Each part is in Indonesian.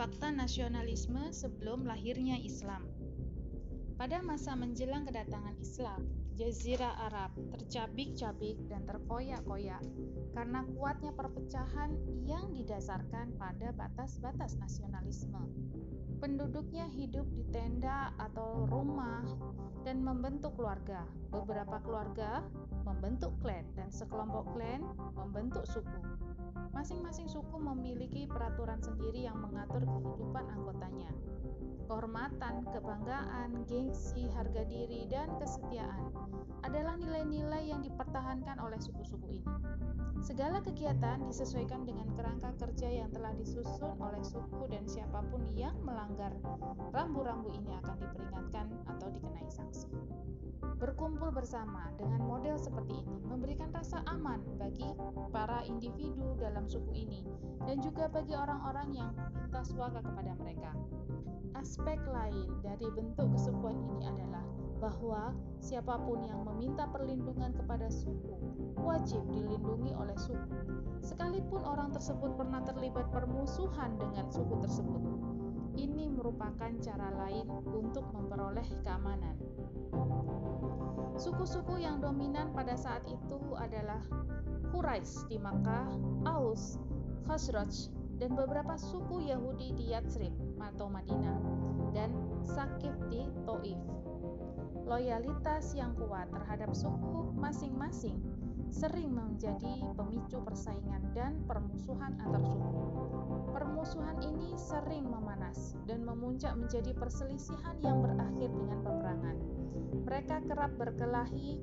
Fakta nasionalisme sebelum lahirnya Islam. Pada masa menjelang kedatangan Islam, Jazirah Arab tercabik-cabik dan terkoyak-koyak karena kuatnya perpecahan yang didasarkan pada batas-batas nasionalisme. Penduduknya hidup di tenda atau rumah dan membentuk keluarga. Beberapa keluarga membentuk klan dan sekelompok klan membentuk suku. Masing-masing suku memiliki peraturan sendiri yang mengatur kehidupan anggotanya. Kehormatan, kebanggaan, gengsi, harga diri, dan kesetiaan adalah nilai-nilai yang dipertahankan oleh suku-suku ini. Segala kegiatan disesuaikan dengan kerangka kerja yang telah disusun oleh suku, dan siapapun yang melanggar rambu-rambu ini akan diperingatkan atau dikenai sanksi. Berkumpul bersama dengan model seperti ini memberikan rasa aman bagi para individu dalam suku ini dan juga bagi orang-orang yang meminta suaka kepada mereka. Aspek lain dari bentuk kesukuan ini adalah bahwa siapapun yang meminta perlindungan kepada suku wajib dilindungi oleh suku, sekalipun orang tersebut pernah terlibat permusuhan dengan suku tersebut. Ini merupakan cara lain untuk memperoleh keamanan. Suku-suku yang dominan pada saat itu adalah Quraisy di Makkah, Aus, Khazraj, dan beberapa suku Yahudi di Yatsrib atau Madinah, dan Saqif di Thaif. Loyalitas yang kuat terhadap suku masing-masing sering menjadi pemicu persaingan dan permusuhan antar suku. Permusuhan ini sering memanas dan memuncak menjadi perselisihan yang berakhir dengan peperangan. Mereka kerap berkelahi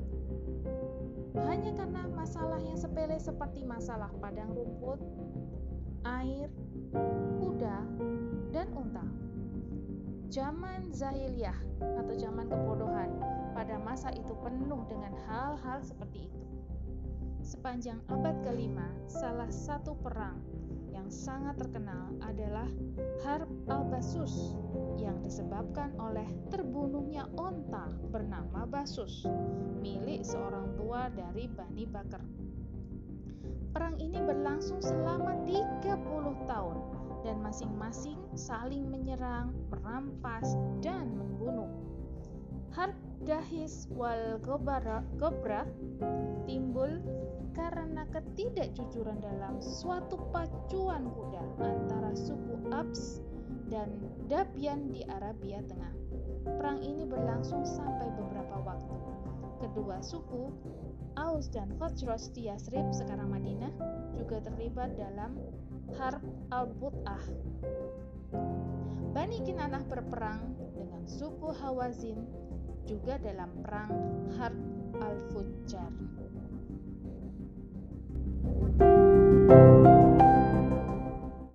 hanya karena masalah yang sepele seperti masalah padang rumput, air, kuda, dan unta. Zaman Zahiliyah atau zaman kebodohan pada masa itu penuh dengan hal-hal seperti itu. Sepanjang abad ke-5, salah satu perang yang sangat terkenal adalah Harb al-Basus yang disebabkan oleh terbunuhnya onta bernama Basus, milik seorang tua dari Bani Bakr. Perang ini berlangsung selama 30 tahun dan masing-masing saling menyerang, merampas, dan membunuh. Harb Dahis wal Gobra timbul karena ketidakjujuran dalam suatu pacuan kuda antara suku Abs dan Dabyan di Arabia Tengah. Perang ini berlangsung sampai beberapa waktu. Kedua suku, Aus dan Khazraj di Yatsrib sekarang Madinah, juga terlibat dalam Harb al-But'ah. Bani Kinanah berperang dengan suku Hawazin juga dalam perang Harb al-Fujjar.